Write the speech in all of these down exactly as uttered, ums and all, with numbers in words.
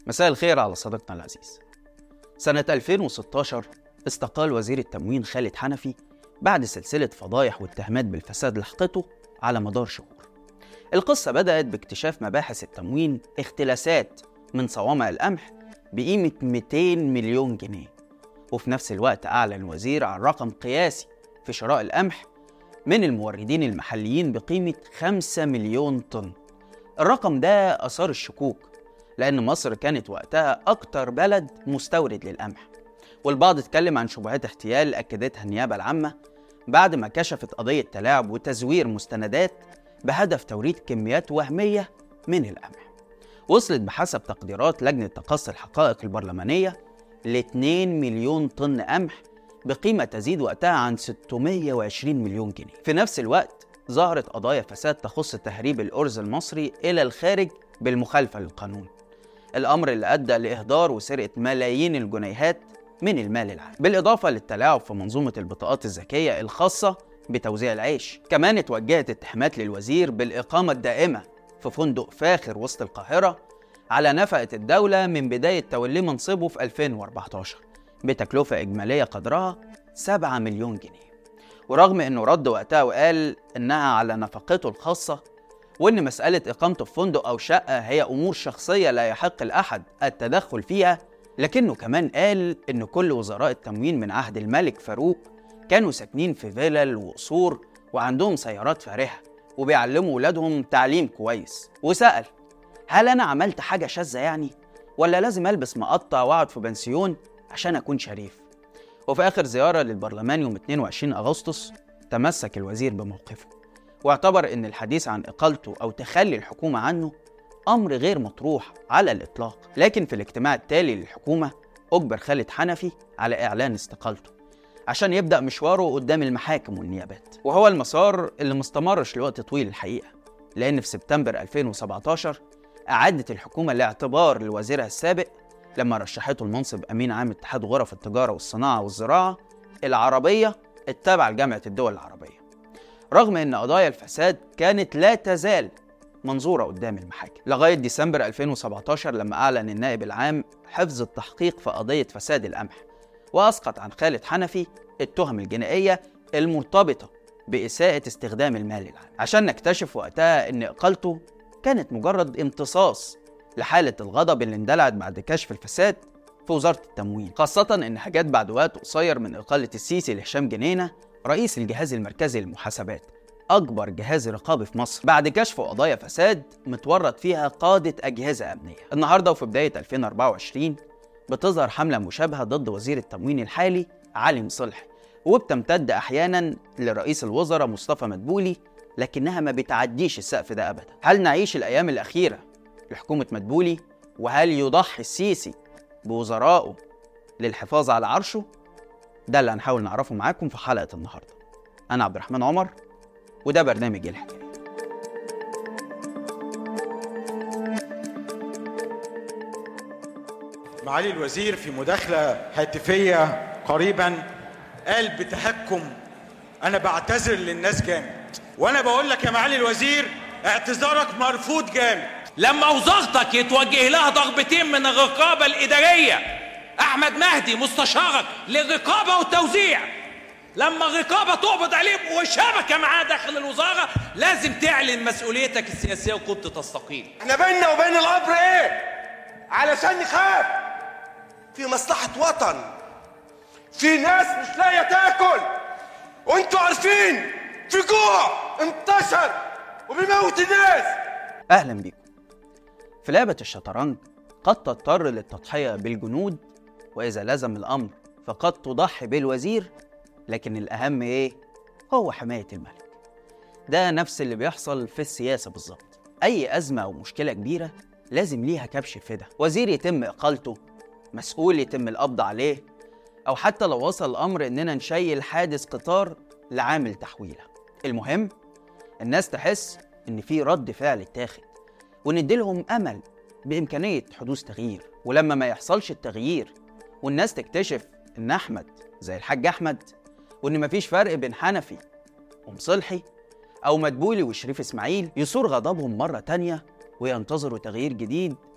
مساء الخير على صديقنا العزيز. سنة ألفين وستاشر استقال وزير التموين خالد حنفي بعد سلسلة فضايح واتهامات بالفساد لحقته على مدار شهور. القصة بدأت باكتشاف مباحث التموين اختلاسات من صوامع القمح بقيمة مئتين مليون جنيه، وفي نفس الوقت أعلن الوزير عن رقم قياسي في شراء القمح من الموردين المحليين بقيمة خمسة مليون طن. الرقم ده أثار الشكوك لأن مصر كانت وقتها أكتر بلد مستورد للقمح، والبعض اتكلم عن شبهات احتيال أكدتها النيابة العامة بعد ما كشفت قضية تلاعب وتزوير مستندات بهدف توريد كميات وهمية من القمح. وصلت بحسب تقديرات لجنة تقصي الحقائق البرلمانية ل اتنين مليون طن قمح بقيمة تزيد وقتها عن ستمائة وعشرين مليون جنيه. في نفس الوقت ظهرت قضايا فساد تخص تهريب الأرز المصري إلى الخارج بالمخالفة للقانون، الأمر اللي أدى لإهدار وسرقة ملايين الجنيهات من المال العام، بالإضافة للتلاعب في منظومة البطاقات الذكية الخاصة بتوزيع العيش. كمان اتوجهت اتهامات للوزير بالإقامة الدائمة في فندق فاخر وسط القاهرة على نفقة الدولة من بداية توليه منصبه في ألفين وأربعتاشر بتكلفة إجمالية قدرها سبعة مليون جنيه. ورغم أنه رد وقتها وقال أنها على نفقته الخاصة وأن مسألة إقامته في فندق أو شقة هي أمور شخصية لا يحق لأحد التدخل فيها، لكنه كمان قال أن كل وزراء التموين من عهد الملك فاروق كانوا ساكنين في فيلل وقصور وعندهم سيارات فارهة وبيعلموا ولادهم تعليم كويس. وسأل هل أنا عملت حاجة شاذة يعني؟ ولا لازم ألبس مقطع وأقعد في بنسيون عشان أكون شريف؟ وفي آخر زيارة للبرلمان يوم اتنين وعشرين أغسطس تمسك الوزير بموقفه واعتبر أن الحديث عن إقالته أو تخلي الحكومة عنه أمر غير مطروح على الإطلاق. لكن في الاجتماع التالي للحكومة أجبر خالد حنفي على إعلان استقالته عشان يبدأ مشواره قدام المحاكم والنيابات، وهو المسار اللي مستمرش لوقت طويل الحقيقة، لأن في سبتمبر ألفين وسبعتاشر أعادت الحكومة لاعتبار لوزيرها السابق لما رشحته المنصب أمين عام اتحاد غرف التجارة والصناعة والزراعة العربية التابعة لجامعة الدول العربية، رغم أن قضايا الفساد كانت لا تزال منظورة قدام المحاكم لغاية ديسمبر ألفين وسبعتاشر لما أعلن النائب العام حفظ التحقيق في قضية فساد القمح وأسقط عن خالد حنفي التهم الجنائية المرتبطة بإساءة استخدام المال العام، عشان نكتشف وقتها أن إقالته كانت مجرد امتصاص لحالة الغضب اللي اندلعت بعد كشف الفساد في وزارة التموين، خاصة أن حاجات بعد وقت قصير من إقالة السيسي لهشام جنينة رئيس الجهاز المركزي للمحاسبات أكبر جهاز رقابي في مصر بعد كشف قضايا فساد متورط فيها قادة أجهزة أمنية. النهاردة وفي بداية ألفين وأربعة وعشرين بتظهر حملة مشابهة ضد وزير التموين الحالي علي مصلحي، وبتمتد أحيانا لرئيس الوزراء مصطفى مدبولي، لكنها ما بتعديش السقف ده أبدا. هل نعيش الأيام الأخيرة لحكومة مدبولي؟ وهل يضحي السيسي بوزرائه للحفاظ على عرشه؟ ده اللي هنحاول نعرفه معاكم في حلقة النهاردة. أنا عبد الرحمن عمر وده برنامج الحكاية. معالي الوزير في مداخلة هاتفية قريبا قال بتحكم أنا بعتذر للناس جامد، وأنا بقول لك يا معالي الوزير اعتذارك مرفوض جامد. لما وزارتك يتوجه لها ضربتين من الرقابة الإدارية، أحمد مهدي مستشارك للرقابة والتوزيع، لما الرقابة تقبض عليه وشبكة معاه داخل الوزارة لازم تعلن مسؤوليتك السياسية وكنت تستقيل. احنا بيننا وبين القبر ايه؟ علشان نخاف في مصلحة وطن، في ناس مش لاقية تاكل وانتوا عارفين في جوع انتشر وبيموت الناس. أهلا بيكم. في لعبة الشطرنج قد تضطر للتضحية بالجنود، وإذا لزم الأمر فقد تضحي بالوزير، لكن الأهم إيه؟ هو حماية الملك. ده نفس اللي بيحصل في السياسة بالظبط. أي أزمة أو مشكلة كبيرة لازم ليها كبش فدا، وزير يتم إقالته، مسؤول يتم القبض عليه، أو حتى لو وصل الأمر إننا نشيل حادث قطار لعامل تحويلة. المهم الناس تحس إن في رد فعل اتاخد ونديلهم أمل بإمكانية حدوث تغيير. ولما ما يحصلش التغيير والناس تكتشف إن أحمد زي الحاج أحمد، وإن مفيش فرق بين حنفي ومصلحي أو مدبولي وشريف إسماعيل، يثور غضبهم مرة تانية وينتظروا تغيير جديد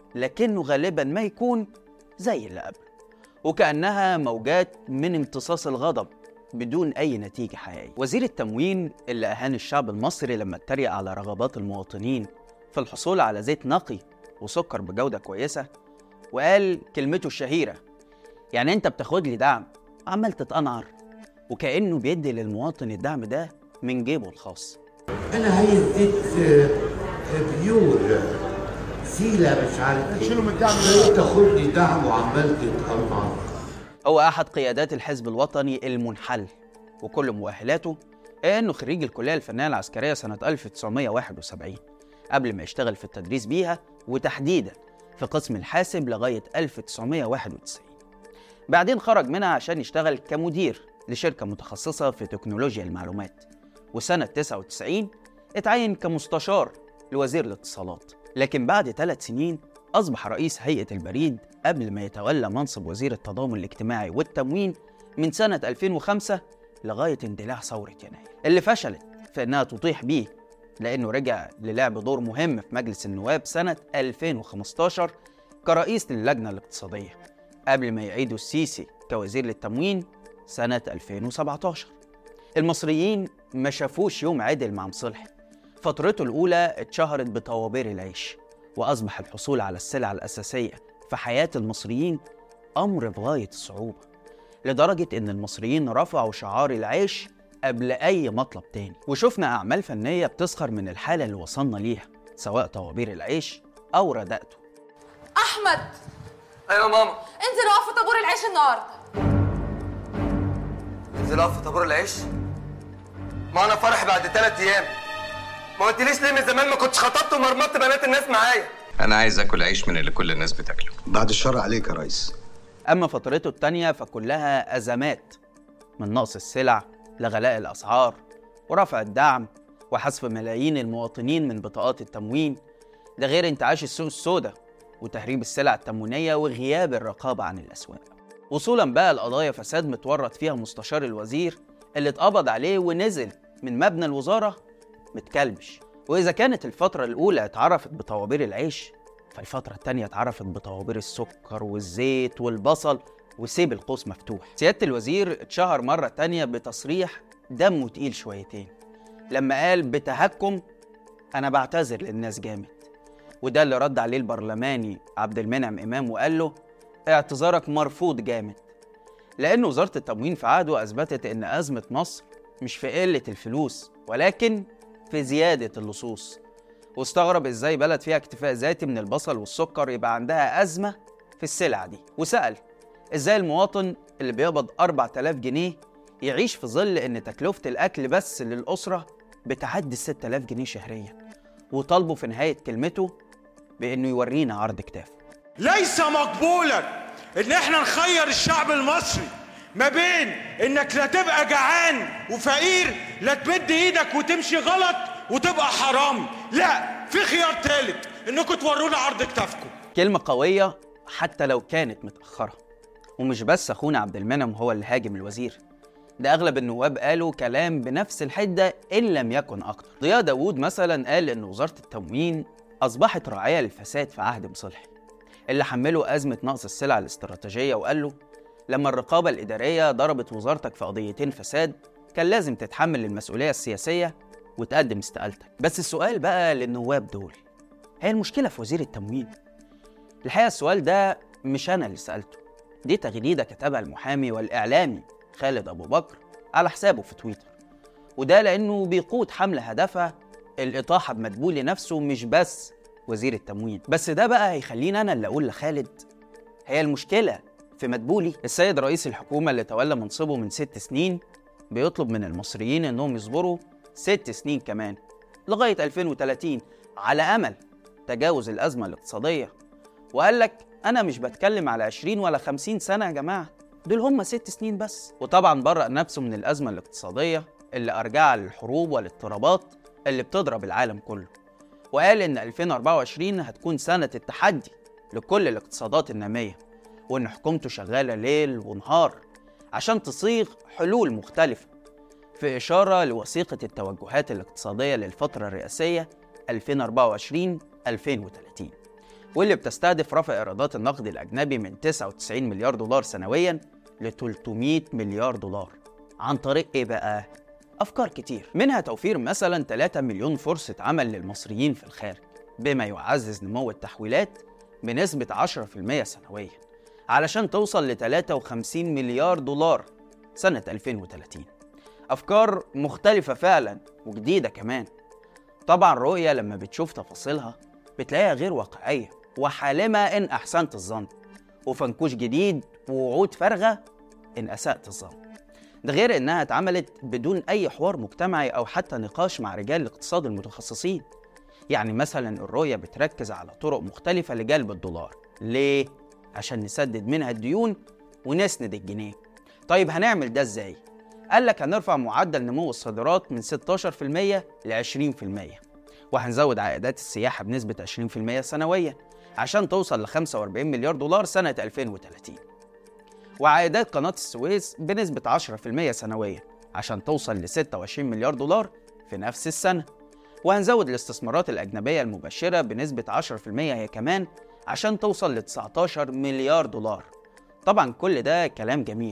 لكنه غالبا ما يكون زي اللي قبل، وكأنها موجات من امتصاص الغضب بدون أي نتيجة حقيقية. وزير التموين اللي أهان الشعب المصري لما اتريق على رغبات المواطنين في الحصول على زيت نقي وسكر بجودة كويسة، وقال كلمته الشهيرة: يعني أنت بتاخد لي دعم عمال تتقنعر، وكأنه بيدي للمواطن الدعم ده من جيبه الخاص. أنا عايز زيت بيور سيلة مش عارف شنو من الدعم اللي تاخد لي دعم وعمال تتقنعر. هو أحد قيادات الحزب الوطني المنحل وكل مؤهلاته إنه خريج الكلية الفنية العسكرية سنة ألف وتسعمائة وواحد وسبعين قبل ما يشتغل في التدريس بيها، وتحديداً في قسم الحاسب لغاية ألف وتسعمائة وواحد وتسعين. بعدين خرج منها عشان يشتغل كمدير لشركة متخصصة في تكنولوجيا المعلومات، وسنة تسعة وتسعين اتعين كمستشار لوزير الاتصالات. لكن بعد ثلاث سنين أصبح رئيس هيئة البريد قبل ما يتولى منصب وزير التضامن الاجتماعي والتموين من سنة ألفين وخمسة لغاية اندلاع ثورة يناير اللي فشلت في أنها تطيح بيه، لأنه رجع للعب دور مهم في مجلس النواب سنة ألفين وخمسة عشر كرئيس للجنة الاقتصادية قبل ما يعيدوا السيسي كوزير للتموين سنة ألفين وسبعة عشر. المصريين ما شافوش يوم عدل مع مصلحي. فترته الأولى اتشهرت بطوابير العيش، وأصبح الحصول على السلع الأساسية في حياة المصريين أمر في غاية الصعوبة، لدرجة إن المصريين رفعوا شعار العيش قبل أي مطلب تاني. وشفنا أعمال فنية بتسخر من الحالة اللي وصلنا ليها، سواء طوابير العيش أو رداءته. أحمد. أيوة ماما. انزل اقف في طابور العيش النهارده. انزل اقف في طابور العيش؟ ما أنا فرح بعد ثلاث أيام. ما قلتليش ليه من زمان ما كنتش خطبت ومرمطت بنات الناس معايا؟ أنا عايز آكل عيش من اللي كل الناس بتاكله. بعد الشر عليك يا ريس. أما فترته التانية فكلها أزمات، من نقص السلع لغلاء الأسعار ورفع الدعم وحذف ملايين المواطنين من بطاقات التموين، ده غير انتعاش السوق السوداء وتهريب السلع التموينية وغياب الرقابة عن الأسواق. وصولا بقى لقضايا فساد متورط فيها مستشار الوزير اللي اتقبض عليه ونزل من مبنى الوزارة متكلبش. وإذا كانت الفترة الأولى اتعرفت بطوابير العيش، فالفترة التانية اتعرفت بطوابير السكر والزيت والبصل وسيب القوس مفتوح. سيادة الوزير اتشهر مرة تانية بتصريح دمه تقيل شويتين لما قال بتهكم أنا بعتذر للناس جامد، وده اللي رد عليه البرلماني عبد المنعم إمام وقال له اعتذارك مرفوض جامد، لأن وزارة التموين في عهده أثبتت إن أزمة مصر مش في قلة الفلوس ولكن في زيادة اللصوص. واستغرب إزاي بلد فيها اكتفاء ذاتي من البصل والسكر يبقى عندها أزمة في السلع دي، وسأل إزاي المواطن اللي بيقبض أربعة آلاف جنيه يعيش في ظل إن تكلفة الأكل بس للأسرة بتعدي ستة آلاف جنيه شهريا، وطالبه في نهاية كلمته بإنه يورينا عرض كتافه. ليس مقبولا إن احنا نخير الشعب المصري ما بين إنك لا تبقى جعان وفقير، لا تمد إيدك وتمشي غلط وتبقى حرامي، لا، في خيار ثالث إنكم تورونا عرض كتافكم. كلمة قوية حتى لو كانت متأخرة. ومش بس أخونا عبد المنعم هو اللي هاجم الوزير، ده أغلب النواب قالوا كلام بنفس الحدة إن لم يكن أكتر. ضياء داوود مثلا قال إن وزارة التموين أصبحت راعية للفساد في عهد مصلحي، اللي حمله أزمة نقص السلع الاستراتيجية، وقال له لما الرقابة الإدارية ضربت وزارتك في قضيتين فساد كان لازم تتحمل المسؤولية السياسية وتقدم استقالتك. بس السؤال بقى للنواب دول، هي المشكلة في وزير التموين؟ الحقيقة السؤال ده مش أنا اللي سألته، دي تغريدة كتبها المحامي والإعلامي خالد أبو بكر على حسابه في تويتر، وده لأنه بيقود حملة هدفها الإطاحة بمدبولي نفسه مش بس وزير التموين. بس ده بقى هيخليني أنا اللي أقول لخالد هي المشكلة في مدبولي. السيد رئيس الحكومة اللي تولى منصبه من ست سنين بيطلب من المصريين إنهم يصبروا ست سنين كمان لغاية ألفين وثلاثين على أمل تجاوز الأزمة الاقتصادية، وقال لك أنا مش بتكلم على عشرين ولا خمسين سنة يا جماعة، دول هم ست سنين بس. وطبعا برأ نفسه من الأزمة الاقتصادية اللي أرجعها للحروب والاضطرابات اللي بتضرب العالم كله، وقال إن ألفين وأربعة وعشرين هتكون سنة التحدي لكل الاقتصادات النامية، وإن حكومته شغالة ليل ونهار عشان تصيغ حلول مختلفة في إشارة لوثيقة التوجهات الاقتصادية للفترة الرئاسية ألفين وأربعة وعشرين ألفين وثلاثين. واللي بتستهدف رفع إيرادات النقد الأجنبي من تسعة وتسعين مليار دولار سنويا ل ثلاثمائة مليار دولار. عن طريق إيه بقى؟ أفكار كتير، منها توفير مثلا ثلاثة مليون فرصة عمل للمصريين في الخارج، بما يعزز نمو التحويلات بنسبة عشرة في المية سنويا علشان توصل ل ثلاثة وخمسين مليار دولار سنة ألفين وثلاثين. أفكار مختلفة فعلا وجديدة كمان. طبعا رؤية لما بتشوف تفاصيلها بتلاقيها غير واقعية وحالمة إن أحسنت الظن، وفنكوش جديد ووعود فارغة إن أسأت الظن. ده غير إنها اتعملت بدون أي حوار مجتمعي أو حتى نقاش مع رجال الاقتصاد المتخصصين. يعني مثلا الرؤية بتركز على طرق مختلفة لجلب الدولار. ليه؟ عشان نسدد منها الديون ونسند الجنيه. طيب هنعمل ده إزاي؟ قال لك هنرفع معدل نمو الصادرات من ستاشر في المية ل عشرين في المية، وهنزود عائدات السياحة بنسبة عشرين في المية سنويا عشان توصل ل خمسة وأربعين مليار دولار سنة ألفين وثلاثين، وعائدات قناة السويس بنسبة عشرة في المية سنويا عشان توصل ل ستة وعشرين مليار دولار في نفس السنة، وهنزود الاستثمارات الأجنبية المباشرة بنسبة عشرة في المية هي كمان عشان توصل ل تسعتاشر مليار دولار. طبعا كل ده كلام جميل،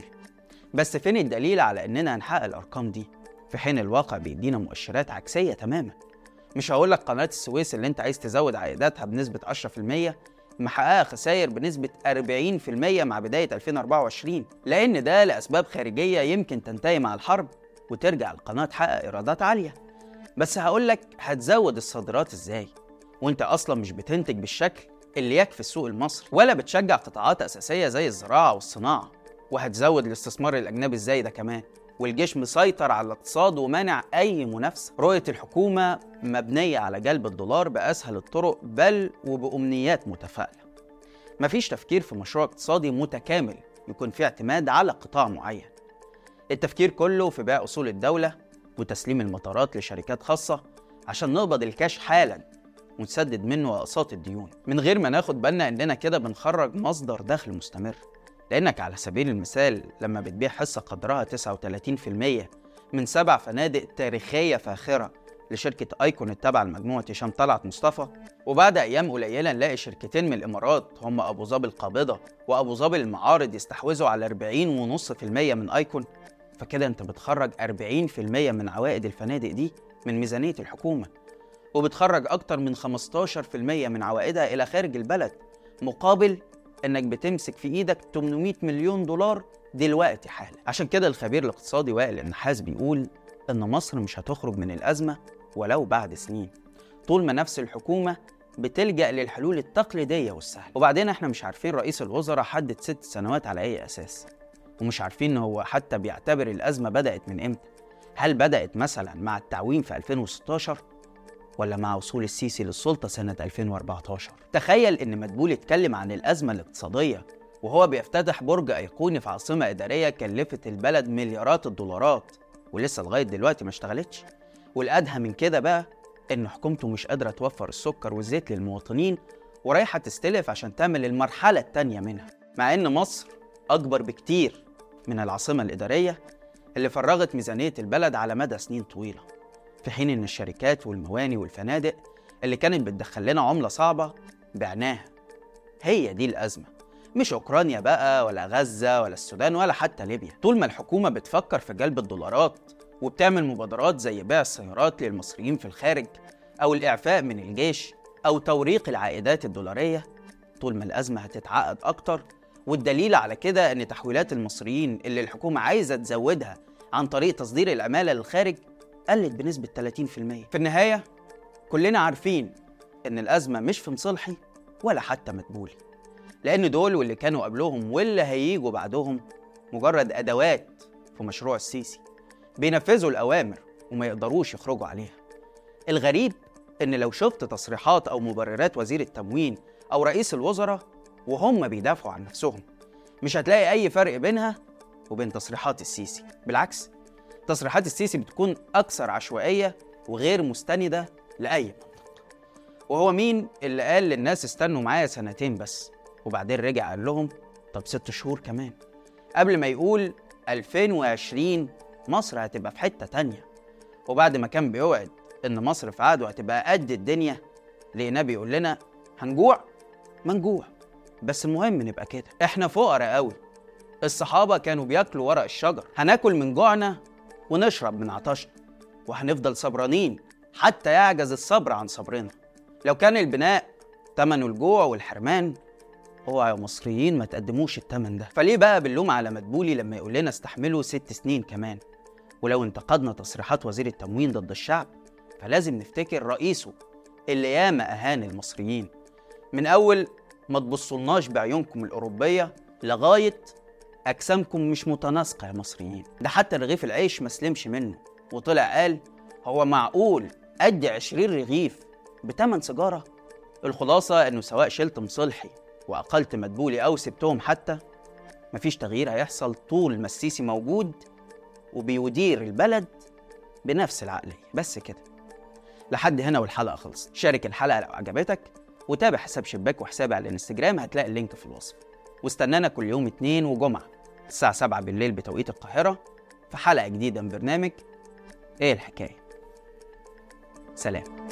بس فين الدليل على إننا هنحقق الأرقام دي؟ في حين الواقع بيدينا مؤشرات عكسية تماما. مش هقولك قناة السويس اللي انت عايز تزود عائداتها بنسبة عشرة في المية محققة خسائر بنسبة أربعين في المية مع بداية ألفين وأربعة وعشرين، لأن ده لأسباب خارجية يمكن تنتهي مع الحرب وترجع القناة تحقق إيرادات عالية. بس هقولك هتزود الصادرات إزاي وانت أصلا مش بتنتج بالشكل اللي يكفي السوق المصري، ولا بتشجع قطاعات أساسية زي الزراعة والصناعة، وهتزود الاستثمار الأجنبي إزاي ده كمان، والجيش مسيطر على الاقتصاد ومانع أي منافسة. رؤية الحكومة مبنية على جلب الدولار بأسهل الطرق بل وبأمنيات متفائلة. مفيش تفكير في مشروع اقتصادي متكامل يكون فيه اعتماد على قطاع معين. التفكير كله في بيع أصول الدولة وتسليم المطارات لشركات خاصة عشان نقبض الكاش حالا ونسدد منه أقساط الديون، من غير ما ناخد بالنا إننا كده بنخرج مصدر دخل مستمر. لأنك على سبيل المثال لما بتبيع حصة قدرها تسعة وثلاثين في المية من سبع فنادق تاريخية فاخرة لشركة أيكون التابعة لمجموعة هشام طلعت مصطفى، وبعد أيام قليلة نلاقي شركتين من الإمارات هم أبو ظبي القابضة وأبو ظبي المعارض يستحوذوا على أربعين فاصلة خمسة في المية من أيكون، فكده أنت بتخرج أربعين في المية من عوائد الفنادق دي من ميزانية الحكومة، وبتخرج أكتر من خمستاشر في المية من عوائدها إلى خارج البلد، مقابل انك بتمسك في ايدك ثمانمائة مليون دولار دلوقتي حالا. عشان كده الخبير الاقتصادي وائل النحاس بيقول ان مصر مش هتخرج من الازمه ولو بعد سنين، طول ما نفس الحكومه بتلجأ للحلول التقليديه والسهله. وبعدين احنا مش عارفين رئيس الوزراء حدد ست سنوات على اي اساس، ومش عارفين ان هو حتى بيعتبر الازمه بدأت من امتى. هل بدأت مثلا مع التعويم في ألفين وستاشر ولا مع وصول السيسي للسلطة سنة ألفين وأربعتاشر؟ تخيل إن مدبول يتكلم عن الأزمة الاقتصادية وهو بيفتتح برج أيقوني في عاصمة إدارية كلفت البلد مليارات الدولارات ولسه لغاية دلوقتي ما اشتغلتش. والأدهى من كده بقى إن حكومته مش قادرة توفر السكر والزيت للمواطنين ورايحة تستلف عشان تعمل المرحلة التانية منها، مع إن مصر أكبر بكتير من العاصمة الإدارية اللي فرغت ميزانية البلد على مدى سنين طويلة، في حين إن الشركات والمواني والفنادق اللي كانت بتدخل لنا عملة صعبة بعناها. هي دي الأزمة، مش أوكرانيا بقى ولا غزة ولا السودان ولا حتى ليبيا. طول ما الحكومة بتفكر في جلب الدولارات وبتعمل مبادرات زي بيع السيارات للمصريين في الخارج أو الإعفاء من الجيش أو توريق العائدات الدولارية، طول ما الأزمة هتتعقد أكتر. والدليل على كده إن تحويلات المصريين اللي الحكومة عايزة تزودها عن طريق تصدير العمالة للخارج قلت بنسبة ثلاثين في المية. في النهاية كلنا عارفين إن الأزمة مش في مصلحي ولا حتى مدبولي، لأن دول واللي كانوا قبلهم واللي هييجوا بعدهم مجرد أدوات في مشروع السيسي، بينفذوا الأوامر وما يقدروش يخرجوا عليها. الغريب إن لو شفت تصريحات أو مبررات وزير التموين أو رئيس الوزراء وهم بيدافعوا عن نفسهم، مش هتلاقي أي فرق بينها وبين تصريحات السيسي. بالعكس، تصريحات السيسي بتكون أكثر عشوائية وغير مستندة لأي منطق. وهو مين اللي قال للناس استنوا معايا سنتين بس وبعدين رجع قال لهم طب ست شهور كمان، قبل ما يقول ألفين وعشرين مصر هتبقى في حتة تانية؟ وبعد ما كان بيوعد إن مصر في عهده هتبقى قد الدنيا، لقيناه بيقول لنا هنجوع ما نجوع، بس المهم نبقى كده. احنا فقراء قوي، الصحابة كانوا بياكلوا ورق الشجر. هناكل من جوعنا ونشرب من عطشنا، وهنفضل صبرانين حتى يعجز الصبر عن صبرنا. لو كان البناء تمنه الجوع والحرمان، اوعوا يا مصريين ما تقدموش التمن ده. فليه بقى باللوم على مدبولي لما يقول لنا استحملوا ست سنين كمان؟ ولو انتقدنا تصريحات وزير التموين ضد الشعب، فلازم نفتكر رئيسه اللي ياما أهان المصريين، من أول ما تبصولناش بعيونكم الأوروبية لغاية أجسامكم مش متناسقة يا مصريين. ده حتى رغيف العيش ما سلمش منه، وطلع قال هو معقول أدي عشرين رغيف بتمن سيجارة؟ الخلاصة إنه سواء شلت مصلحي وأقلت مدبولي أو سبتهم حتى، مفيش تغيير هيحصل طول ما السيسي موجود وبيدير البلد بنفس العقلية. بس كده. لحد هنا والحلقة خلصت. شارك الحلقة لو عجبتك، وتابع حساب شباك وحسابي على الانستجرام، هتلاقي اللينك في الوصف. واستنانا كل يوم اتنين وجمعة الساعة سبعة بالليل بتوقيت القاهرة في حلقة جديدة من برنامج ايه الحكاية. سلام.